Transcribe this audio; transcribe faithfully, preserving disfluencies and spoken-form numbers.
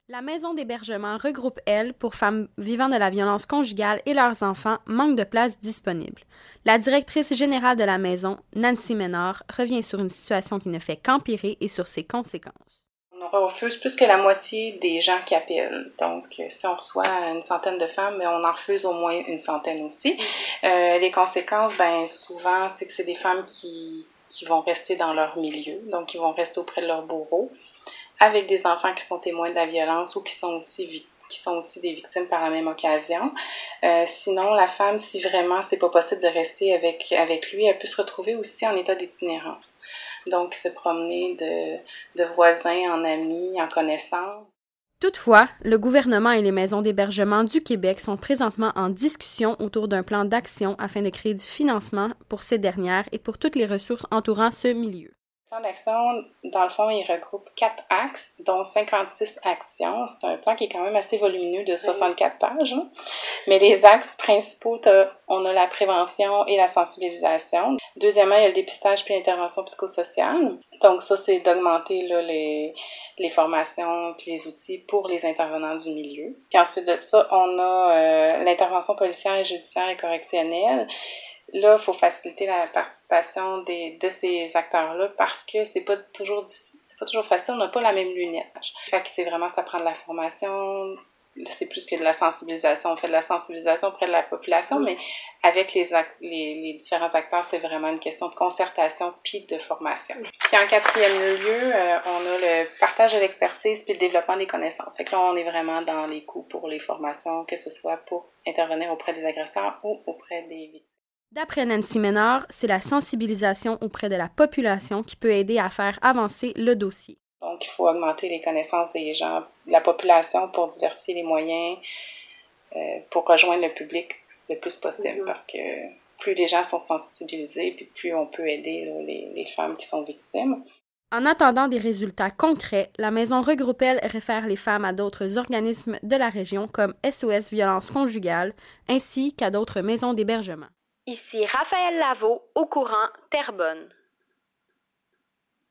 La maison d'hébergement regroupe, elle, pour femmes vivant de la violence conjugale et leurs enfants, manque de places disponibles. La directrice générale de la maison, Nancy Ménard, revient sur une situation qui ne fait qu'empirer et sur ses conséquences. On refuse plus que la moitié des gens qui appellent. Donc, si on reçoit une centaine de femmes, mais on en refuse au moins une centaine aussi. Euh, les conséquences, ben souvent, c'est que c'est des femmes qui, qui vont rester dans leur milieu, donc qui vont rester auprès de leur bourreau, avec des enfants qui sont témoins de la violence ou qui sont aussi qui sont aussi des victimes par la même occasion. Euh, sinon, la femme, si vraiment c'est pas possible de rester avec, avec lui, elle peut se retrouver aussi en état d'itinérance. Donc, se promener de, de voisins en amis, en connaissances. Toutefois, le gouvernement et les maisons d'hébergement du Québec sont présentement en discussion autour d'un plan d'action afin de créer du financement pour ces dernières et pour toutes les ressources entourant ce milieu. Le plan d'action, dans le fond, il regroupe quatre axes, dont cinquante-six actions. C'est un plan qui est quand même assez volumineux de soixante-quatre pages. Hein. Mais les axes principaux, on a la prévention et la sensibilisation. Deuxièmement, il y a le dépistage puis l'intervention psychosociale. Donc ça, c'est d'augmenter là, les, les formations puis les outils pour les intervenants du milieu. Puis ensuite de ça, on a euh, l'intervention policière, judiciaire et correctionnelle. Là, il faut faciliter la participation des, de ces acteurs-là parce que c'est pas toujours c'est pas toujours facile, on n'a pas la même lunette. Fait que c'est vraiment, ça prend de la formation, c'est plus que de la sensibilisation. On fait de la sensibilisation auprès de la population, mais avec les, les, les différents acteurs, c'est vraiment une question de concertation puis de formation. Puis en quatrième lieu, euh, on a le partage de l'expertise puis le développement des connaissances. Fait que là, on est vraiment dans les coûts pour les formations, que ce soit pour intervenir auprès des agresseurs ou auprès des victimes. D'après Nancy Ménard, c'est la sensibilisation auprès de la population qui peut aider à faire avancer le dossier. Donc, il faut augmenter les connaissances des gens, de la population pour diversifier les moyens, euh, pour rejoindre le public le plus possible. Mm-hmm. Parce que plus les gens sont sensibilisés, puis plus on peut aider là, les, les femmes qui sont victimes. En attendant des résultats concrets, la Maison Regroupelle réfère les femmes à d'autres organismes de la région comme S O S Violence Conjugale, ainsi qu'à d'autres maisons d'hébergement. Ici Raphaël Lavaux, au courant, Terrebonne.